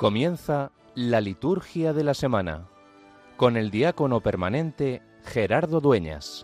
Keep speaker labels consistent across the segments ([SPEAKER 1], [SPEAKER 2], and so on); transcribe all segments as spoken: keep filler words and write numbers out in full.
[SPEAKER 1] Comienza la liturgia de la semana con el diácono permanente Gerardo Dueñas.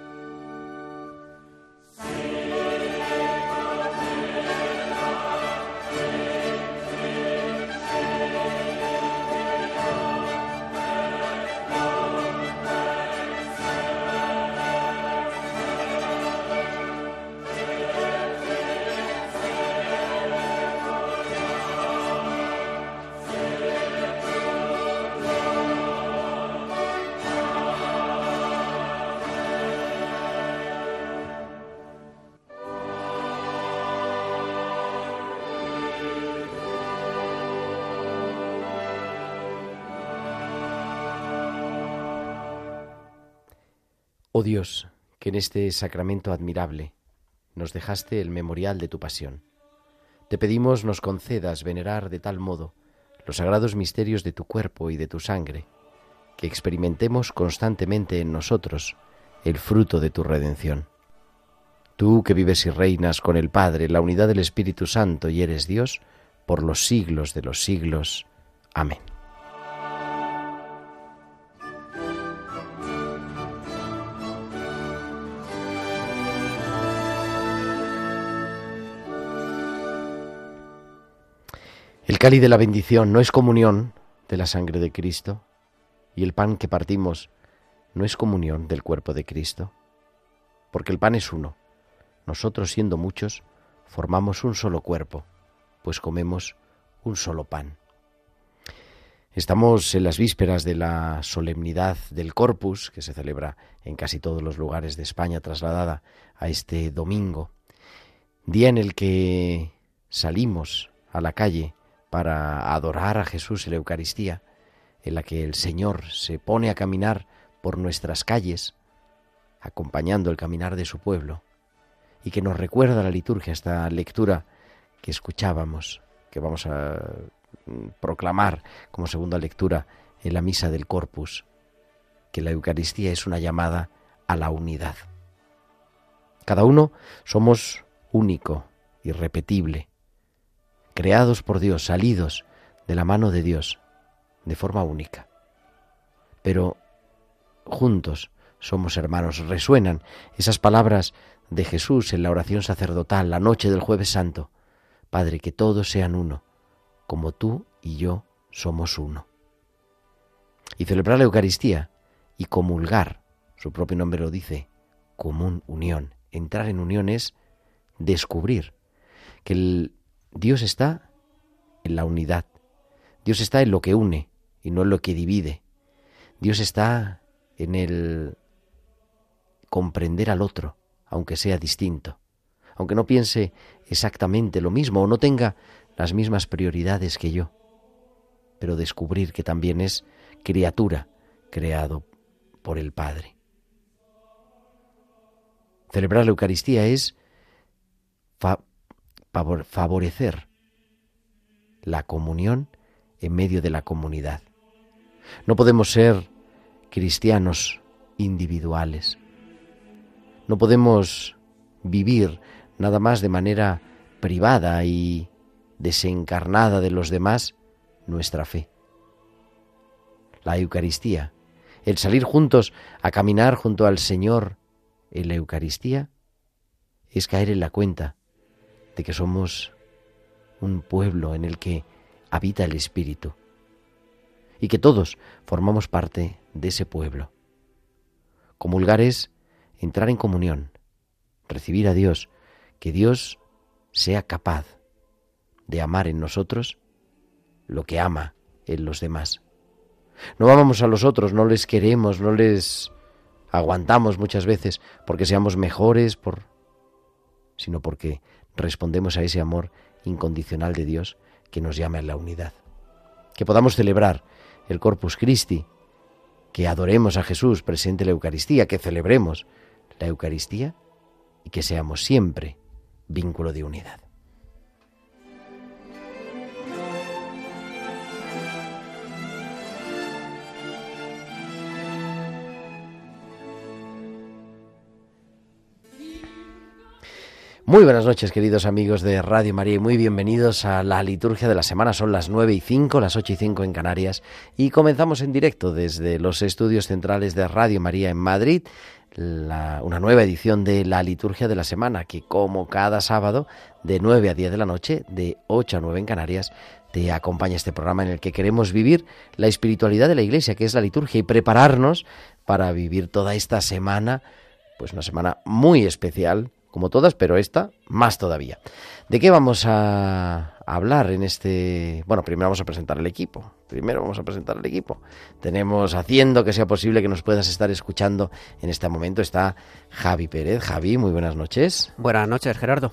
[SPEAKER 2] Oh Dios, que en este sacramento admirable nos dejaste el memorial de tu pasión, te pedimos nos concedas venerar de tal modo los sagrados misterios de tu cuerpo y de tu sangre, que experimentemos constantemente en nosotros el fruto de tu redención. Tú que vives y reinas con el Padre, la unidad del Espíritu Santo y eres Dios, por los siglos de los siglos. Amén. El cáliz de la bendición no es comunión de la sangre de Cristo, y el pan que partimos no es comunión del cuerpo de Cristo, porque el pan es uno. Nosotros, siendo muchos, formamos un solo cuerpo, pues comemos un solo pan. Estamos en las vísperas de la solemnidad del Corpus, que se celebra en casi todos los lugares de España, trasladada a este domingo, día en el que salimos a la calle para adorar a Jesús en la Eucaristía, en la que el Señor se pone a caminar por nuestras calles, acompañando el caminar de su pueblo, y que nos recuerda la liturgia, esta lectura que escuchábamos, que vamos a proclamar como segunda lectura en la misa del Corpus, que la Eucaristía es una llamada a la unidad. Cada uno somos único, irrepetible, creados por Dios, salidos de la mano de Dios, de forma única. Pero juntos somos hermanos. Resuenan esas palabras de Jesús en la oración sacerdotal, la noche del Jueves Santo. Padre, que todos sean uno, como tú y yo somos uno. Y celebrar la Eucaristía y comulgar, su propio nombre lo dice, común, unión. Entrar en unión es descubrir que el Dios está en la unidad. Dios está en lo que une y no en lo que divide. Dios está en el comprender al otro, aunque sea distinto, aunque no piense exactamente lo mismo o no tenga las mismas prioridades que yo, pero descubrir que también es criatura creado por el Padre. Celebrar la Eucaristía es fa- favorecer la comunión en medio de la comunidad. No podemos ser cristianos individuales. No podemos vivir nada más de manera privada y desencarnada de los demás nuestra fe. La Eucaristía, el salir juntos a caminar junto al Señor en la Eucaristía, es caer en la cuenta de que somos un pueblo en el que habita el Espíritu y que todos formamos parte de ese pueblo. Comulgar es entrar en comunión, recibir a Dios, que Dios sea capaz de amar en nosotros lo que ama en los demás. No amamos a los otros, no les queremos, no les aguantamos muchas veces porque seamos mejores, por... sino porque respondemos a ese amor incondicional de Dios que nos llama en la unidad. Que podamos celebrar el Corpus Christi, que adoremos a Jesús presente en la Eucaristía, que celebremos la Eucaristía y que seamos siempre vínculo de unidad. Muy buenas noches, queridos amigos de Radio María, y muy bienvenidos a la liturgia de la semana. Son las nueve y cinco, las ocho y cinco en Canarias, y comenzamos en directo desde los estudios centrales de Radio María en Madrid, la, una nueva edición de la liturgia de la semana, que como cada sábado, de nueve a diez de la noche, de ocho a nueve en Canarias, te acompaña este programa en el que queremos vivir la espiritualidad de la Iglesia, que es la liturgia, y prepararnos para vivir toda esta semana, pues una semana muy especial, como todas, pero esta más todavía. ¿De qué vamos a hablar en este...? Bueno, primero vamos a presentar el equipo. Primero vamos a presentar el equipo. Tenemos, haciendo que sea posible que nos puedas estar escuchando en este momento, está Javi Pérez. Javi, muy buenas noches.
[SPEAKER 3] Buenas noches, Gerardo.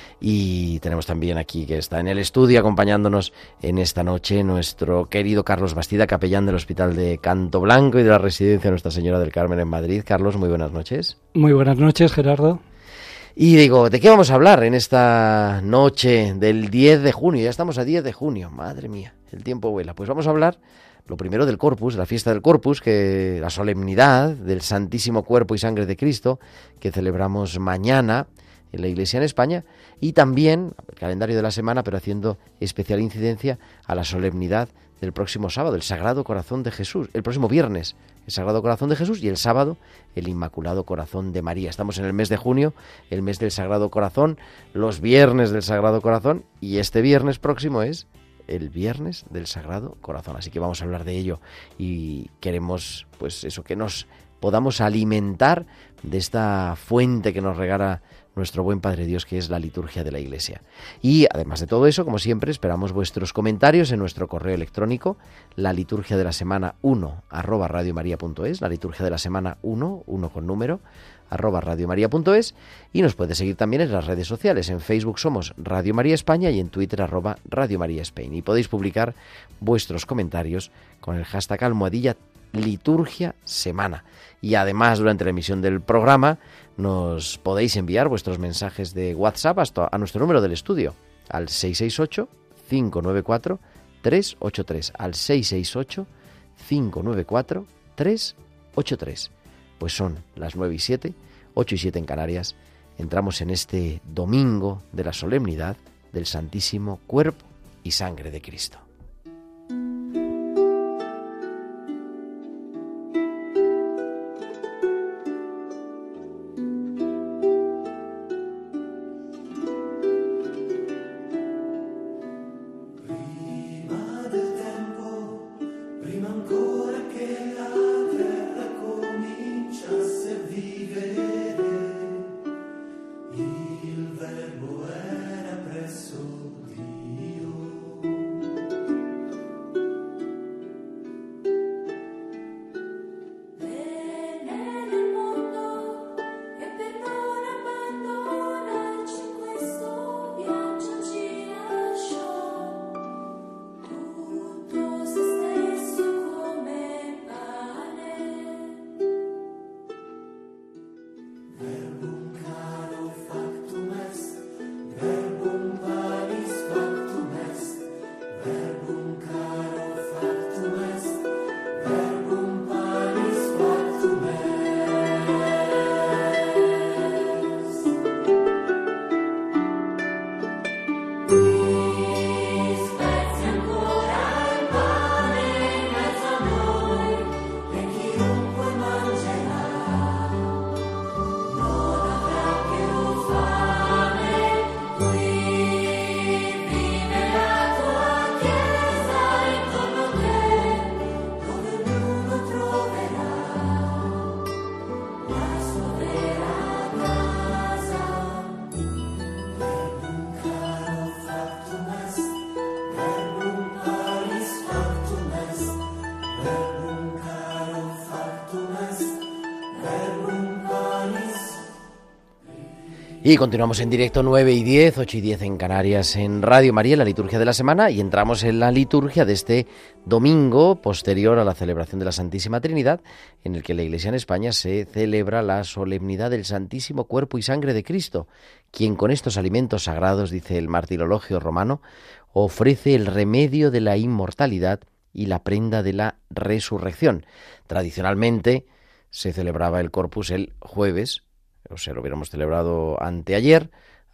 [SPEAKER 2] Y tenemos también aquí, que está en el estudio acompañándonos en esta noche, nuestro querido Carlos Bastida, capellán del Hospital de Canto Blanco y de la Residencia Nuestra Señora del Carmen en Madrid. Carlos, muy buenas noches.
[SPEAKER 4] Muy buenas noches, Gerardo.
[SPEAKER 2] Y digo, ¿de qué vamos a hablar en esta noche del diez de junio? Ya estamos a diez de junio, madre mía, el tiempo vuela. Pues vamos a hablar, lo primero, del Corpus, la fiesta del Corpus, que la solemnidad del Santísimo Cuerpo y Sangre de Cristo, que celebramos mañana en la Iglesia en España, y también el calendario de la semana, pero haciendo especial incidencia a la solemnidad del próximo sábado, el Sagrado Corazón de Jesús, el próximo viernes, el Sagrado Corazón de Jesús, y el sábado, el Inmaculado Corazón de María. Estamos en el mes de junio, el mes del Sagrado Corazón, los viernes del Sagrado Corazón, y este viernes próximo es el viernes del Sagrado Corazón. Así que vamos a hablar de ello, y queremos, pues eso, que nos podamos alimentar de esta fuente que nos regala nuestro buen Padre Dios, que es la liturgia de la Iglesia. Y además de todo eso, como siempre, esperamos vuestros comentarios en nuestro correo electrónico, la liturgia de la semana uno arroba radiomaria.es, la liturgia de la semana uno, uno con número, arroba radiomaria.es, y nos puede seguir también en las redes sociales. En Facebook somos Radio María España y en Twitter arroba Radio María Spain. Y podéis publicar vuestros comentarios con el hashtag almohadilla liturgia semana. Y además, durante la emisión del programa, nos podéis enviar vuestros mensajes de WhatsApp hasta a nuestro número del estudio, al seis seis ocho, cinco nueve cuatro, tres ocho tres, al seis seis ocho, cinco nueve cuatro, tres ocho tres. Pues son las nueve y siete, ocho y siete en Canarias. Entramos en este domingo de la solemnidad del Santísimo Cuerpo y Sangre de Cristo. Y continuamos en directo nueve y diez, ocho y diez en Canarias, en Radio María, la liturgia de la semana, y entramos en la liturgia de este domingo posterior a la celebración de la Santísima Trinidad, en el que la Iglesia en España se celebra la solemnidad del Santísimo Cuerpo y Sangre de Cristo, quien con estos alimentos sagrados, dice el martirologio romano, ofrece el remedio de la inmortalidad y la prenda de la resurrección. Tradicionalmente se celebraba el Corpus el jueves, o sea, lo hubiéramos celebrado anteayer,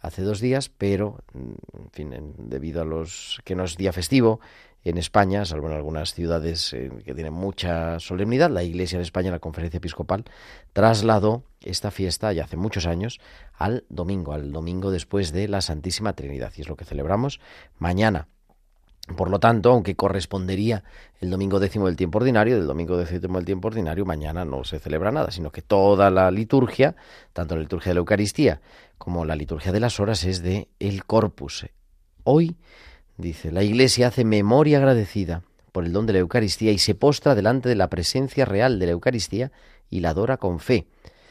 [SPEAKER 2] hace dos días, pero, en fin, en, debido a los que no es día festivo en España, salvo en algunas ciudades eh, que tienen mucha solemnidad, la Iglesia de España, la Conferencia Episcopal, trasladó esta fiesta, ya hace muchos años, al domingo, al domingo después de la Santísima Trinidad, y es lo que celebramos mañana. Por lo tanto, aunque correspondería el domingo décimo del tiempo ordinario, del domingo décimo del tiempo ordinario, mañana no se celebra nada, sino que toda la liturgia, tanto la liturgia de la Eucaristía como la liturgia de las horas, es de el Corpus. Hoy, dice, la Iglesia hace memoria agradecida por el don de la Eucaristía y se postra delante de la presencia real de la Eucaristía y la adora con fe.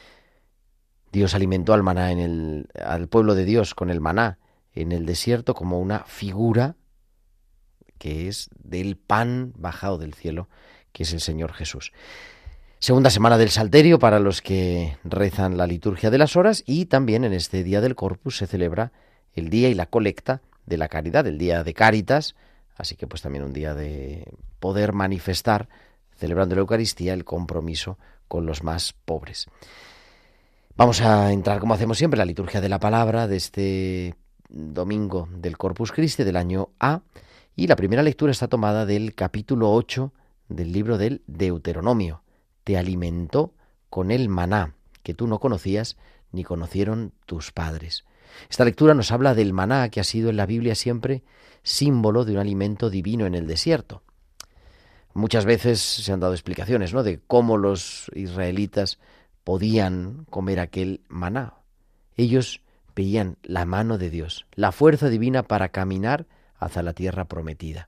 [SPEAKER 2] Dios alimentó al maná en el, al pueblo de Dios con el maná en el desierto como una figura que es del pan bajado del cielo, que es el Señor Jesús. Segunda semana del Salterio para los que rezan la liturgia de las horas, y también en este día del Corpus se celebra el día y la colecta de la caridad, el día de Cáritas, así que pues también un día de poder manifestar, celebrando la Eucaristía, el compromiso con los más pobres. Vamos a entrar, como hacemos siempre, en la liturgia de la palabra de este domingo del Corpus Christi del año A, y la primera lectura está tomada del capítulo ocho del libro del Deuteronomio. Te alimentó con el maná, que tú no conocías ni conocieron tus padres. Esta lectura nos habla del maná, que ha sido en la Biblia siempre símbolo de un alimento divino en el desierto. Muchas veces se han dado explicaciones, ¿no?, de cómo los israelitas podían comer aquel maná. Ellos veían la mano de Dios, la fuerza divina para caminar hacia la tierra prometida.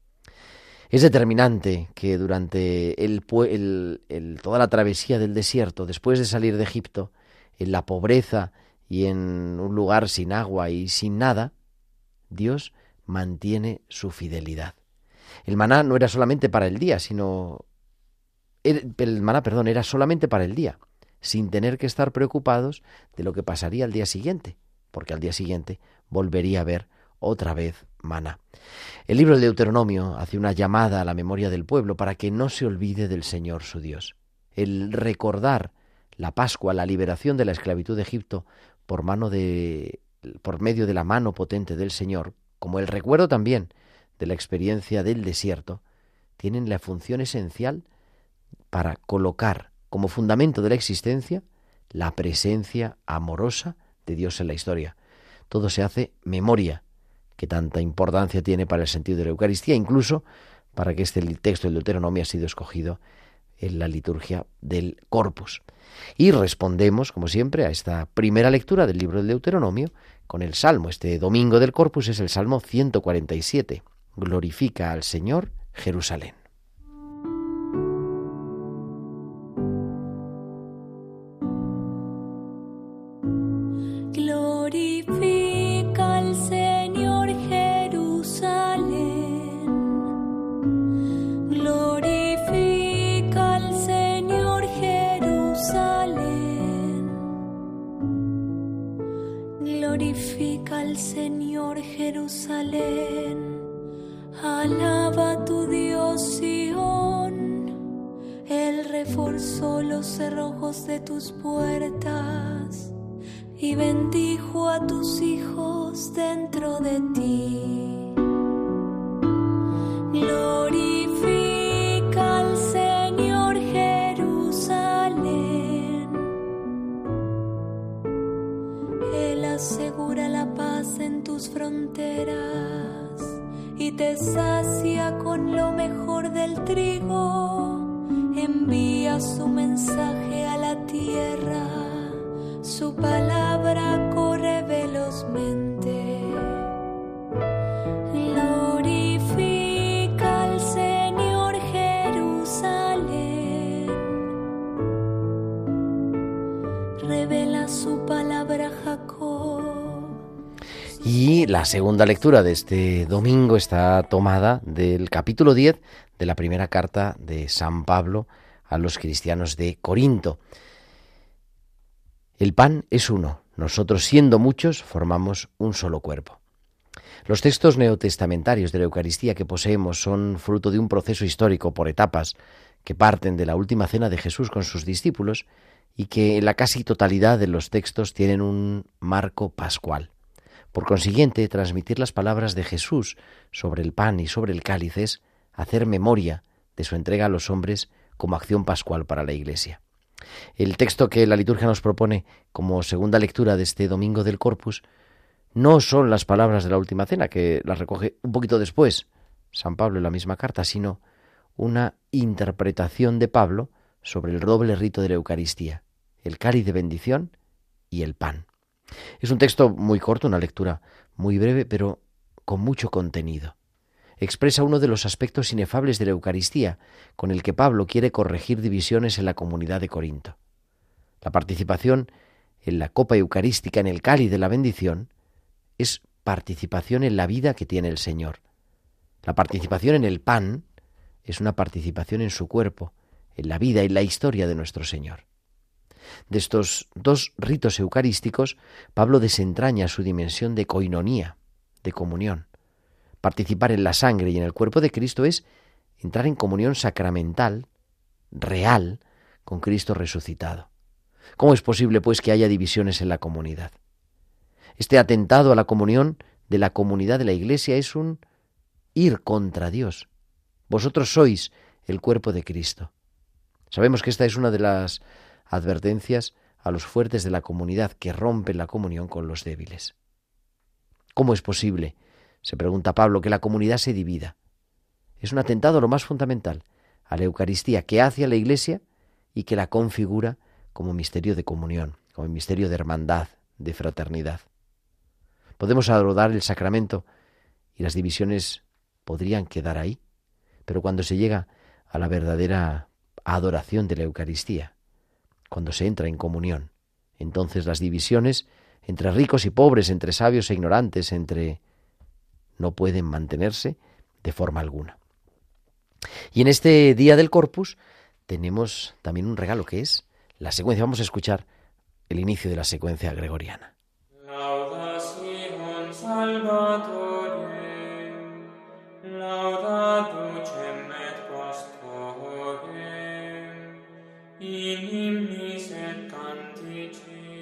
[SPEAKER 2] Es determinante que durante el, el, el, toda la travesía del desierto, después de salir de Egipto, en la pobreza y en un lugar sin agua y sin nada, Dios mantiene su fidelidad. El maná no era solamente para el día, sino... El, el maná, perdón, era solamente para el día, sin tener que estar preocupados de lo que pasaría al día siguiente, porque al día siguiente volvería a haber otra vez maná. El libro del Deuteronomio hace una llamada a la memoria del pueblo para que no se olvide del Señor su Dios. El recordar la Pascua, la liberación de la esclavitud de Egipto por mano de, por medio de la mano potente del Señor, como el recuerdo también de la experiencia del desierto, tienen la función esencial para colocar como fundamento de la existencia la presencia amorosa de Dios en la historia. Todo se hace memoria, que tanta importancia tiene para el sentido de la Eucaristía, incluso para que este texto del Deuteronomio ha sido escogido en la liturgia del Corpus. Y respondemos, como siempre, a esta primera lectura del libro del Deuteronomio con el Salmo. Este domingo del Corpus es el Salmo ciento cuarenta y siete. Glorifica al Señor, Jerusalén.
[SPEAKER 3] Glorifica al Señor Jerusalén, alaba a tu Dios Sión. Él reforzó los cerrojos de tus puertas y bendijo a tus hijos dentro de ti. Glorifica al Señor Jerusalén. Él asegura la paz en tus fronteras y te sacia con lo mejor del trigo. Envía su mensaje a la tierra, su palabra corre velozmente. Glorifica al Señor Jerusalén. Revela su palabra a Jacob.
[SPEAKER 2] Y la segunda lectura de este domingo está tomada del capítulo diez de la primera carta de San Pablo a los cristianos de Corinto. El pan es uno, nosotros siendo muchos formamos un solo cuerpo. Los textos neotestamentarios de la Eucaristía que poseemos son fruto de un proceso histórico por etapas que parten de la última cena de Jesús con sus discípulos y que en la casi totalidad de los textos tienen un marco pascual. Por consiguiente, transmitir las palabras de Jesús sobre el pan y sobre el cáliz es hacer memoria de su entrega a los hombres como acción pascual para la Iglesia. El texto que la liturgia nos propone como segunda lectura de este domingo del Corpus no son las palabras de la última cena, que las recoge un poquito después San Pablo en la misma carta, sino una interpretación de Pablo sobre el doble rito de la Eucaristía, el cáliz de bendición y el pan. Es un texto muy corto, una lectura muy breve, pero con mucho contenido. Expresa uno de los aspectos inefables de la Eucaristía, con el que Pablo quiere corregir divisiones en la comunidad de Corinto. La participación en la copa eucarística, en el cáliz de la bendición, es participación en la vida que tiene el Señor. La participación en el pan es una participación en su cuerpo, en la vida y la historia de nuestro Señor. De estos dos ritos eucarísticos, Pablo desentraña su dimensión de coinonía, de comunión. Participar en la sangre y en el cuerpo de Cristo es entrar en comunión sacramental, real, con Cristo resucitado. ¿Cómo es posible, pues, que haya divisiones en la comunidad? Este atentado a la comunión de la comunidad de la Iglesia es un ir contra Dios. Vosotros sois el cuerpo de Cristo. Sabemos que esta es una de las advertencias a los fuertes de la comunidad que rompen la comunión con los débiles. ¿Cómo es posible, se pregunta Pablo, que la comunidad se divida? Es un atentado a lo más fundamental, a la Eucaristía, que hace a la Iglesia y que la configura como misterio de comunión, como misterio de hermandad, de fraternidad. Podemos adorar el sacramento y las divisiones podrían quedar ahí, pero cuando se llega a la verdadera adoración de la Eucaristía, cuando se entra en comunión, entonces las divisiones entre ricos y pobres, entre sabios e ignorantes, entre no pueden mantenerse de forma alguna. Y en este día del Corpus tenemos también un regalo que es la secuencia. Vamos a escuchar el inicio de la secuencia gregoriana.
[SPEAKER 4] Laudación Salvatore, lauda ducem et pastorem, in hymnis et canticis,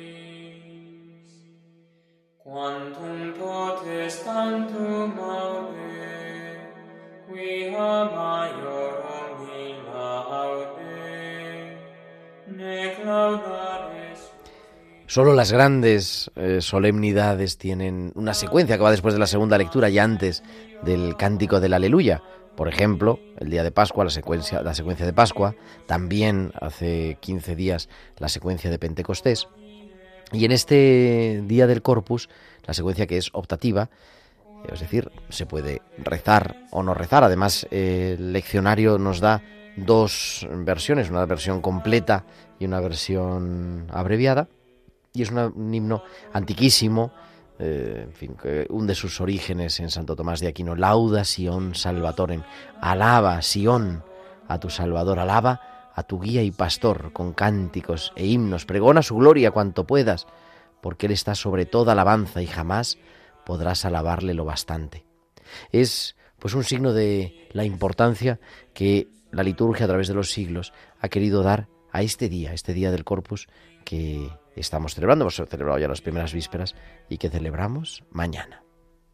[SPEAKER 4] quantum potestantum aude, quia maiorum illa aude, nec laudares.
[SPEAKER 2] Solo las grandes eh, solemnidades tienen una secuencia que va después de la segunda lectura y antes del cántico del Aleluya. Por ejemplo, el día de Pascua, la secuencia, la secuencia de Pascua, también hace quince días la secuencia de Pentecostés. Y en este día del Corpus, la secuencia que es optativa, es decir, se puede rezar o no rezar. Además, eh, el leccionario nos da dos versiones, una versión completa y una versión abreviada. Y es una, un himno antiquísimo, eh, en fin, que hunde sus orígenes en Santo Tomás de Aquino. Lauda Sion Salvatorem, alaba Sion a tu Salvador, alaba a tu guía y pastor con cánticos e himnos, pregona su gloria cuanto puedas, porque Él está sobre toda alabanza y jamás podrás alabarle lo bastante. Es pues un signo de la importancia que la liturgia a través de los siglos ha querido dar a este día, este día del Corpus que estamos celebrando. Hemos celebrado ya las primeras vísperas y que celebramos mañana.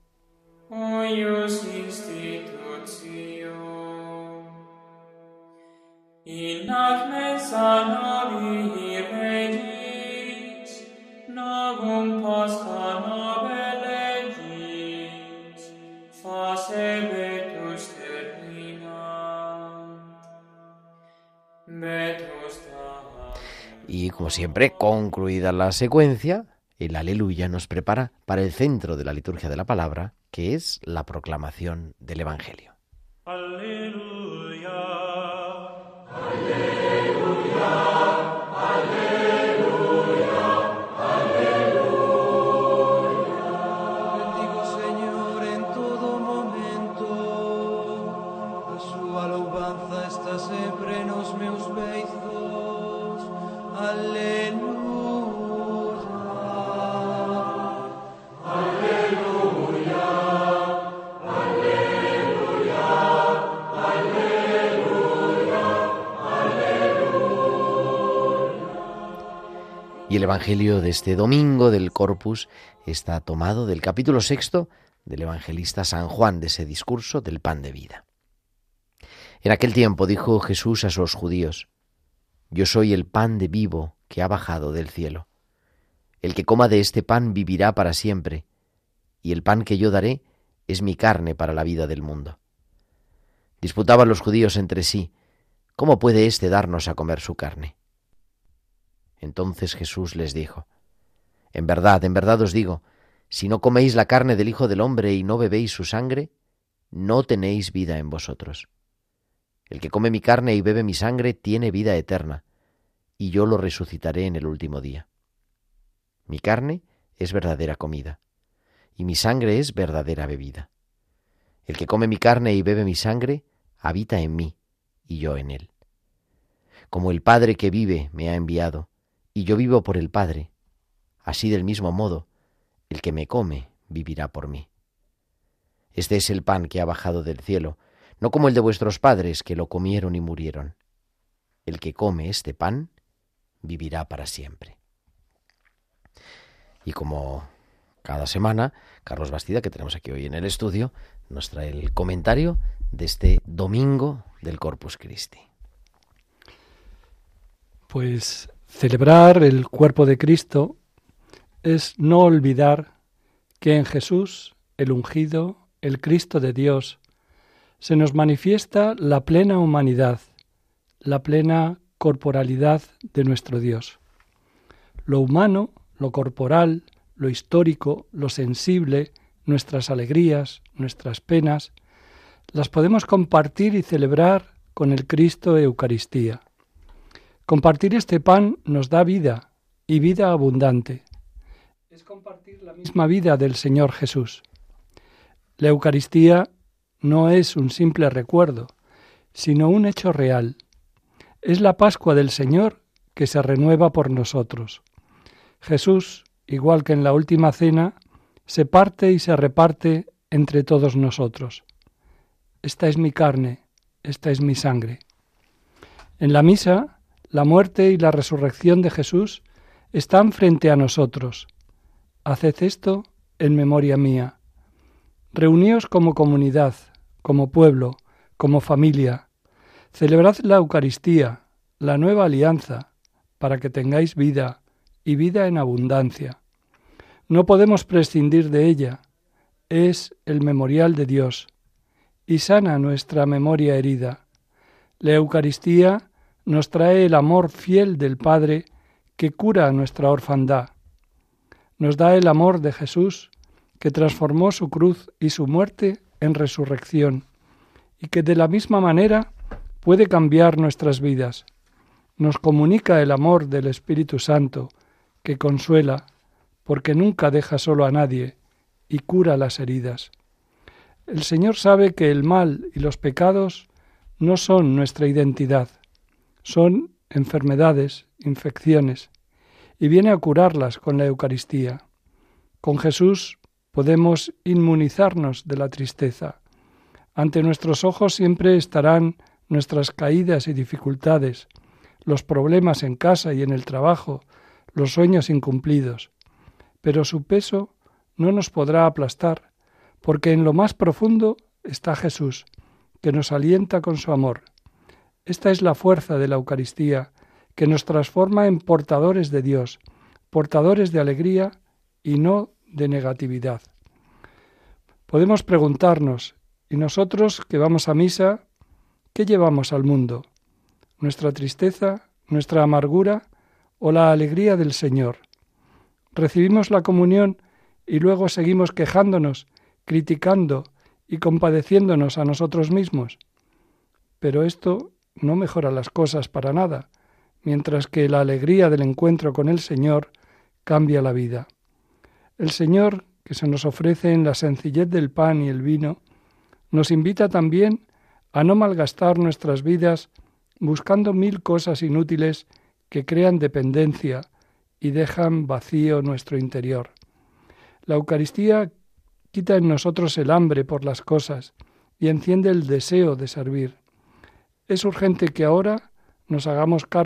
[SPEAKER 4] Hoius institutio in ad messa novi regis novum Pascha nobile legis face vetus terminant vetus terminant.
[SPEAKER 2] Y como siempre, concluida la secuencia, el Aleluya nos prepara para el centro de la liturgia de la palabra, que es la proclamación del Evangelio.
[SPEAKER 4] Aleluya,
[SPEAKER 5] aleluya, aleluya, aleluya. Bendigo, Señor, en todo momento, a su alabanza está siempre nos meus beizos. Aleluya, aleluya, aleluya,
[SPEAKER 2] Y el Evangelio de este domingo del Corpus está tomado del capítulo sexto del evangelista San Juan, de ese discurso del pan de vida. En aquel tiempo dijo Jesús a sus judíos: Yo soy el pan de vivo que ha bajado del cielo. El que coma de este pan vivirá para siempre, y el pan que yo daré es mi carne para la vida del mundo. Disputaban los judíos entre sí: ¿Cómo puede éste darnos a comer su carne? Entonces Jesús les dijo: En verdad, en verdad os digo, si no coméis la carne del Hijo del Hombre y no bebéis su sangre, no tenéis vida en vosotros. El que come mi carne y bebe mi sangre tiene vida eterna, y yo lo resucitaré en el último día. Mi carne es verdadera comida, y mi sangre es verdadera bebida. El que come mi carne y bebe mi sangre, habita en mí, y yo en él. Como el Padre que vive me ha enviado, y yo vivo por el Padre, así del mismo modo, el que me come vivirá por mí. Este es el pan que ha bajado del cielo, no como el de vuestros padres, que lo comieron y murieron. El que come este pan vivirá para siempre. Y como cada semana, Carlos Bastida, que tenemos aquí hoy en el estudio, nos trae el comentario de este domingo del Corpus Christi.
[SPEAKER 6] Pues celebrar el cuerpo de Cristo es no olvidar que en Jesús, el ungido, el Cristo de Dios, se nos manifiesta la plena humanidad, la plena corporalidad de nuestro Dios. Lo humano, lo corporal, lo histórico, lo sensible, nuestras alegrías, nuestras penas, las podemos compartir y celebrar con el Cristo Eucaristía. Compartir este pan nos da vida, y vida abundante. Es compartir la misma vida del Señor Jesús. La Eucaristía no es un simple recuerdo, sino un hecho real. Es la Pascua del Señor que se renueva por nosotros. Jesús, igual que en la última cena, se parte y se reparte entre todos nosotros. Esta es mi carne, esta es mi sangre. En la misa, la muerte y la resurrección de Jesús están frente a nosotros. Haced esto en memoria mía. Reuníos como comunidad, como pueblo, como familia. Celebrad la Eucaristía, la nueva alianza, para que tengáis vida, y vida en abundancia. No podemos prescindir de ella. Es el memorial de Dios, y sana nuestra memoria herida. La Eucaristía nos trae el amor fiel del Padre que cura nuestra orfandad. Nos da el amor de Jesús, que transformó su cruz y su muerte en resurrección, y que de la misma manera puede cambiar nuestras vidas. Nos comunica el amor del Espíritu Santo, que consuela, porque nunca deja solo a nadie, y cura las heridas. El Señor sabe que el mal y los pecados no son nuestra identidad, son enfermedades, infecciones, y viene a curarlas con la Eucaristía. Con Jesús podemos inmunizarnos de la tristeza. Ante nuestros ojos siempre estarán nuestras caídas y dificultades, los problemas en casa y en el trabajo, los sueños incumplidos. Pero su peso no nos podrá aplastar, porque en lo más profundo está Jesús, que nos alienta con su amor. Esta es la fuerza de la Eucaristía, que nos transforma en portadores de Dios, portadores de alegría y no de negatividad. Podemos preguntarnos, ¿y nosotros que vamos a misa, qué llevamos al mundo? ¿Nuestra tristeza, nuestra amargura o la alegría del Señor? Recibimos la comunión y luego seguimos quejándonos, criticando y compadeciéndonos a nosotros mismos. Pero esto no mejora las cosas para nada, mientras que la alegría del encuentro con el Señor cambia la vida. El Señor, que se nos ofrece en la sencillez del pan y el vino, nos invita también a no malgastar nuestras vidas buscando mil cosas inútiles que crean dependencia y dejan vacío nuestro interior. La Eucaristía quita en nosotros el hambre por las cosas y enciende el deseo de servir. Es urgente que ahora nos hagamos cargo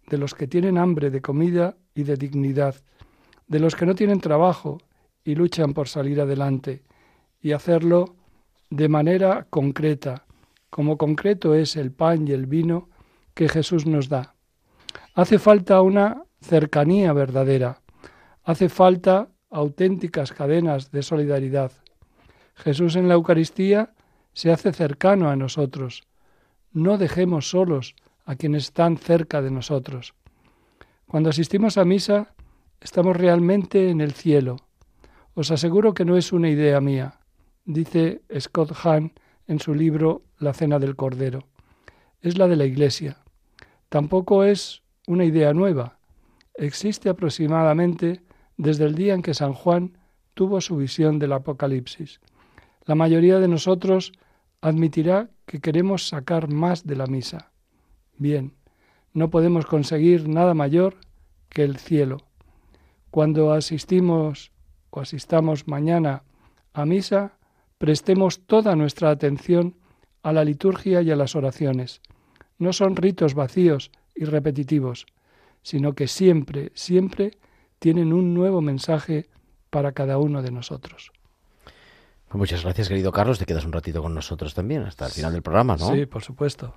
[SPEAKER 6] de los que tienen hambre de comida y de dignidad, de los que no tienen trabajo y luchan por salir adelante, y hacerlo de manera concreta, como concreto es el pan y el vino que Jesús nos da. Hace falta una cercanía verdadera, hace falta auténticas cadenas de solidaridad. Jesús en la Eucaristía se hace cercano a nosotros. No dejemos solos a quienes están cerca de nosotros. Cuando asistimos a misa, estamos realmente en el cielo. Os aseguro que no es una idea mía, dice Scott Hahn en su libro La Cena del Cordero. Es la de la Iglesia. Tampoco es una idea nueva. Existe aproximadamente desde el día en que San Juan tuvo su visión del Apocalipsis. La mayoría de nosotros admitirá que queremos sacar más de la misa. Bien, no podemos conseguir nada mayor que el cielo. Cuando asistimos o asistamos mañana a misa, prestemos toda nuestra atención a la liturgia y a las oraciones. No son ritos vacíos y repetitivos, sino que siempre, siempre tienen un nuevo mensaje para cada uno de nosotros.
[SPEAKER 2] Pues muchas gracias, querido Carlos. Te quedas un ratito con nosotros también, hasta el final del programa, ¿no?
[SPEAKER 6] Sí, por supuesto.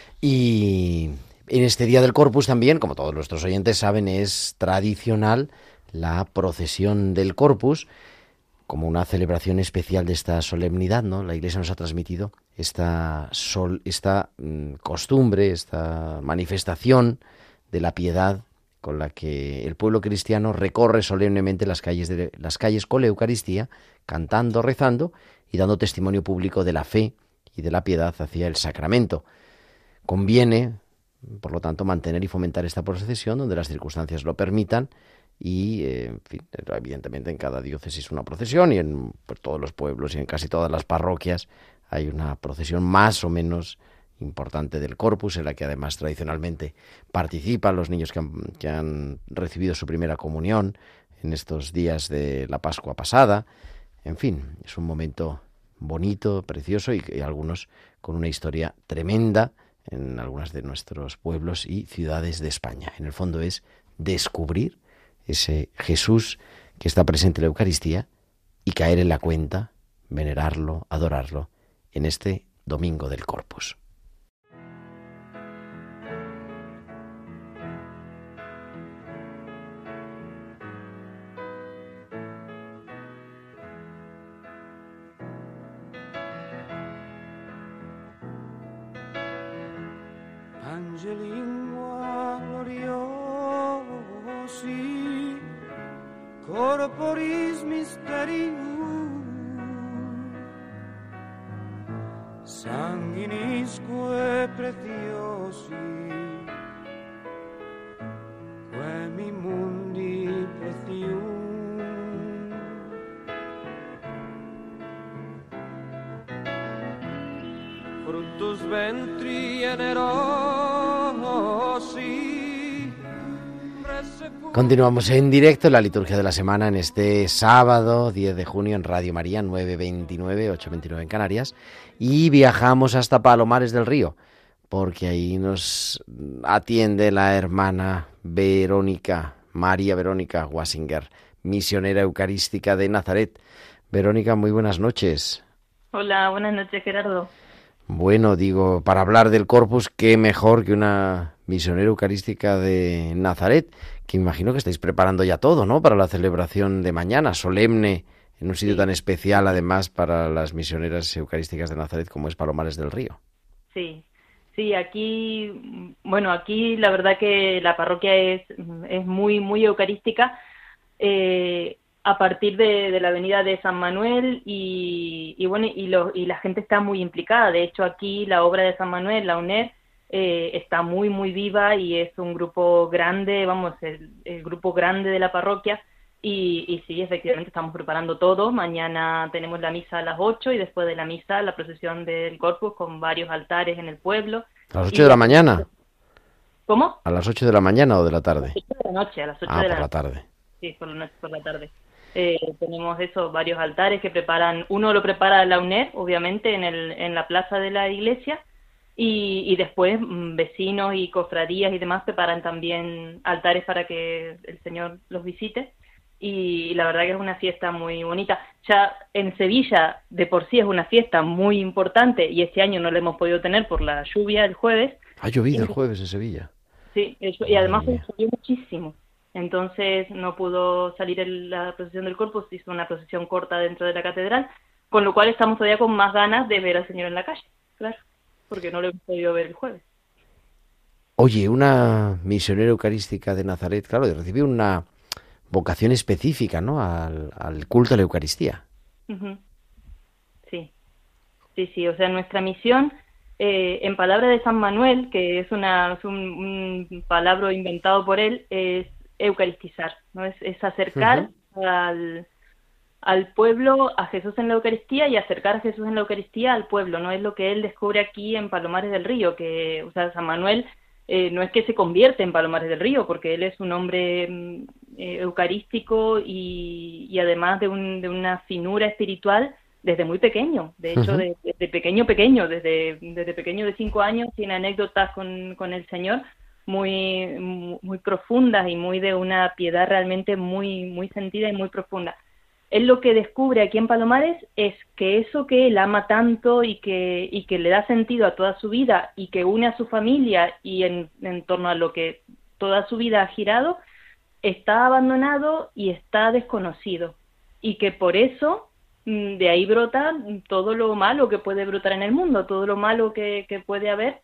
[SPEAKER 2] Y en este Día del Corpus también, como todos nuestros oyentes saben, es tradicional la procesión del Corpus, como una celebración especial de esta solemnidad, ¿no? La Iglesia nos ha transmitido esta, sol, esta mmm, costumbre, esta manifestación de la piedad con la que el pueblo cristiano recorre solemnemente las calles, de, las calles con la Eucaristía, cantando, rezando y dando testimonio público de la fe y de la piedad hacia el sacramento. Conviene, por lo tanto, mantener y fomentar esta procesión donde las circunstancias lo permitan y, eh, en fin, evidentemente en cada diócesis una procesión y en pues, todos los pueblos y en casi todas las parroquias hay una procesión más o menos importante del Corpus, en la que además tradicionalmente participan los niños que han, que han recibido su primera comunión en estos días de la Pascua pasada. En fin, es un momento bonito, precioso y, y algunos con una historia tremenda en algunos de nuestros pueblos y ciudades de España. En el fondo es descubrir ese Jesús que está presente en la Eucaristía y caer en la cuenta, venerarlo, adorarlo en este domingo del Corpus.
[SPEAKER 5] Angelingua gloriosi corporis mysterium sanguinisque preciosi quemi mundi precium fructus ventri generosi.
[SPEAKER 2] Continuamos en directo en la liturgia de la semana en este sábado diez de junio en Radio María nueve veintinueve, ocho veintinueve en Canarias, y viajamos hasta Palomares del Río porque ahí nos atiende la hermana Verónica, María Verónica Wasinger, misionera eucarística de Nazaret. Verónica, muy buenas noches.
[SPEAKER 7] Hola, buenas noches, Gerardo.
[SPEAKER 2] Bueno, digo, para hablar del Corpus, qué mejor que una misionera eucarística de Nazaret, que imagino que estáis preparando ya todo, ¿no?, para la celebración de mañana, solemne, en un sitio tan especial, además, para las misioneras eucarísticas de Nazaret, como es Palomares del Río.
[SPEAKER 7] Sí, sí, aquí, bueno, aquí la verdad que la parroquia es, es muy, muy eucarística, eh, a partir de, de la avenida de San Manuel y, y bueno, y, lo, y la gente está muy implicada. De hecho, aquí la obra de San Manuel, la U N E R, eh, está muy, muy viva y es un grupo grande, vamos, el, el grupo grande de la parroquia y, y sí, efectivamente estamos preparando todo. Mañana tenemos la misa a las ocho y después de la misa la procesión del Corpus con varios altares en el pueblo.
[SPEAKER 2] ¿A las ocho de la mañana?
[SPEAKER 7] ¿Cómo?
[SPEAKER 2] ¿A las ocho de la mañana o de la tarde?
[SPEAKER 7] A las ocho de la noche, a las ocho
[SPEAKER 2] ah,
[SPEAKER 7] de la
[SPEAKER 2] por la
[SPEAKER 7] noche.
[SPEAKER 2] tarde.
[SPEAKER 7] Sí, por la noche, por la tarde. Eh, tenemos eso, varios altares que preparan, uno lo prepara la U N E R, obviamente, en, el, en la plaza de la iglesia, y, y después mm, vecinos y cofradías y demás preparan también altares para que el Señor los visite. Y la verdad que es una fiesta muy bonita. Ya en Sevilla de por sí es una fiesta muy importante y este año no la hemos podido tener por la lluvia el jueves.
[SPEAKER 2] Ha llovido
[SPEAKER 7] y,
[SPEAKER 2] el jueves en Sevilla.
[SPEAKER 7] Sí, eso, y además llovió muchísimo. Entonces no pudo salir el, la procesión del Corpus, hizo una procesión corta dentro de la catedral, con lo cual estamos todavía con más ganas de ver al Señor en la calle, claro, porque no lo hemos podido ver el jueves.
[SPEAKER 2] Oye, una misionera eucarística de Nazaret, claro, recibió una vocación específica, ¿no?, al, al culto a la Eucaristía.
[SPEAKER 7] Uh-huh. Sí, sí, sí, o sea, nuestra misión, eh, en palabra de San Manuel, que es, una, es un, un palabra inventado por él, es eucaristizar, ¿no? Es, es acercar uh-huh. al, al pueblo a Jesús en la Eucaristía y acercar a Jesús en la Eucaristía al pueblo, ¿no? Es lo que él descubre aquí en Palomares del Río, que, o sea, San Manuel eh, no es que se convierte en Palomares del Río, porque él es un hombre eh, eucarístico y, y además de, un, de una finura espiritual desde muy pequeño, de hecho, uh-huh. de, desde pequeño, pequeño, desde, desde pequeño de cinco años, tiene anécdotas con, con el Señor muy, muy profundas y muy de una piedad realmente muy, muy sentida y muy profunda. Él lo que descubre aquí en Palomares es que eso que él ama tanto y que, y que le da sentido a toda su vida y que une a su familia y en, en torno a lo que toda su vida ha girado, está abandonado y está desconocido. Y que por eso de ahí brota todo lo malo que puede brotar en el mundo, todo lo malo que, que puede haber,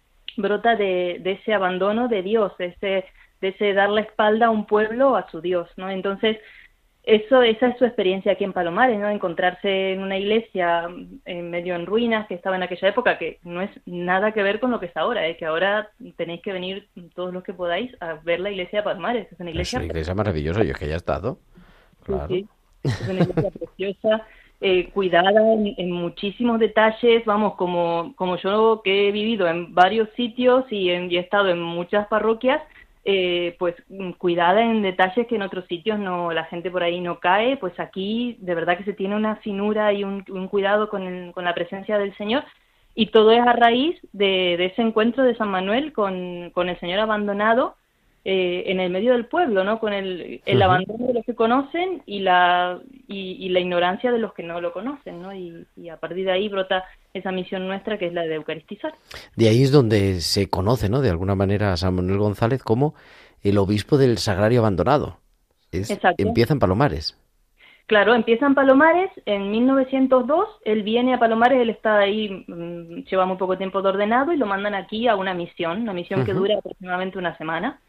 [SPEAKER 7] brota de, de ese abandono de Dios, de ese, de ese dar la espalda a un pueblo, a su Dios, ¿no? Entonces, eso, esa es su experiencia aquí en Palomares, ¿no? Encontrarse en una iglesia en medio en ruinas que estaba en aquella época, que no es nada que ver con lo que es ahora, ¿eh? Que ahora tenéis que venir todos los que podáis a ver la iglesia de Palomares. Es una iglesia,
[SPEAKER 2] es una iglesia maravillosa, yo es que ya he estado. Claro.
[SPEAKER 7] Sí, sí. Es una iglesia preciosa, eh, cuidada en, en muchísimos detalles, vamos, como, como yo que he vivido en varios sitios y, en, y he estado en muchas parroquias, eh, pues cuidada en detalles que en otros sitios no, la gente por ahí no cae, pues aquí de verdad que se tiene una finura y un, un cuidado con, el, con la presencia del Señor, y todo es a raíz de, de ese encuentro de San Manuel con, con el Señor abandonado, Eh, en el medio del pueblo, ¿no? Con el, el uh-huh. abandono de los que conocen y la y, y la ignorancia de los que no lo conocen, ¿no? Y, y a partir de ahí brota esa misión nuestra, que es la de eucaristizar.
[SPEAKER 2] De ahí es donde se conoce, ¿no?, de alguna manera a San Manuel González como el obispo del Sagrario Abandonado. Es, empieza en Palomares.
[SPEAKER 7] Claro, empieza en Palomares en mil novecientos dos, él viene a Palomares, él está ahí, mmm, lleva muy poco tiempo de ordenado y lo mandan aquí a una misión, una misión uh-huh. que dura aproximadamente una semana.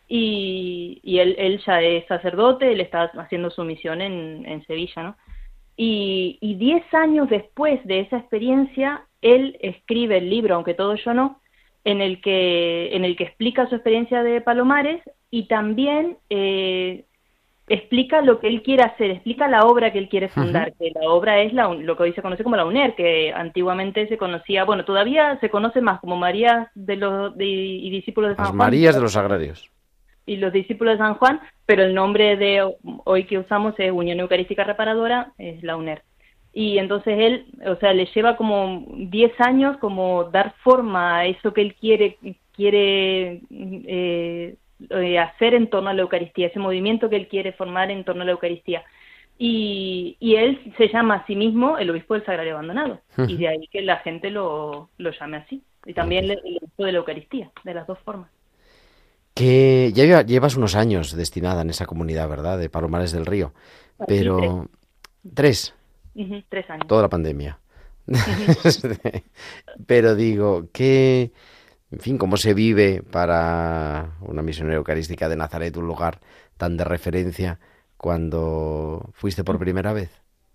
[SPEAKER 7] Y, y él, él ya es sacerdote, él está haciendo su misión en, en Sevilla, ¿no? Y, y diez años después de esa experiencia, él escribe el libro, aunque todo yo no, en el que, en el que explica su experiencia de Palomares y también eh, explica lo que él quiere hacer, explica la obra que él quiere fundar, uh-huh. que la obra es la, lo que hoy se conoce como la UNER, que antiguamente se conocía, bueno, todavía se conoce más como María de los de, y discípulos de San
[SPEAKER 2] Las
[SPEAKER 7] Juan.
[SPEAKER 2] Marías de los Sagrarios.
[SPEAKER 7] Y los discípulos de San Juan, pero el nombre de hoy que usamos es Unión Eucarística Reparadora, es la UNER. Y entonces él, o sea, le lleva como diez años como dar forma a eso que él quiere quiere eh, eh, hacer en torno a la Eucaristía, ese movimiento que él quiere formar en torno a la Eucaristía. Y, y él se llama a sí mismo el obispo del Sagrario Abandonado, uh-huh. y de ahí que la gente lo, lo llame así. Y también el, el obispo de la Eucaristía, de las dos formas.
[SPEAKER 2] Que ya llevas unos años destinada en esa comunidad, ¿verdad?, de Palomares del Río. Pero...
[SPEAKER 7] Sí,
[SPEAKER 2] ¿Tres?
[SPEAKER 7] ¿Tres? Uh-huh, tres años.
[SPEAKER 2] Toda la pandemia. Uh-huh. Pero digo, ¿qué... En fin, ¿cómo se vive para una misionera eucarística de Nazaret, un lugar tan de referencia, cuando fuiste por primera vez?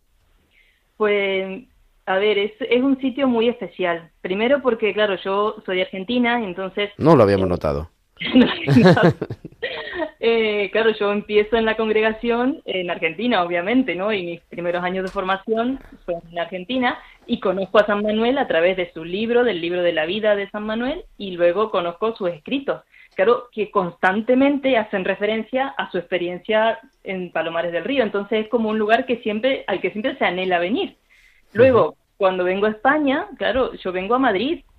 [SPEAKER 7] Pues... A ver, es, es un sitio muy especial. Primero porque, claro, yo soy argentina, y entonces...
[SPEAKER 2] No lo habíamos notado.
[SPEAKER 7] eh, claro, yo empiezo en la congregación en Argentina, obviamente, ¿no? Y mis primeros años de formación fueron en Argentina, y conozco a San Manuel a través de su libro, del libro de la vida de San Manuel, y luego conozco sus escritos, claro, que constantemente hacen referencia a su experiencia en Palomares del Río. Entonces es como un lugar que siempre, al que siempre se anhela venir. Luego, uh-huh. cuando vengo a España, claro, yo vengo a Madrid,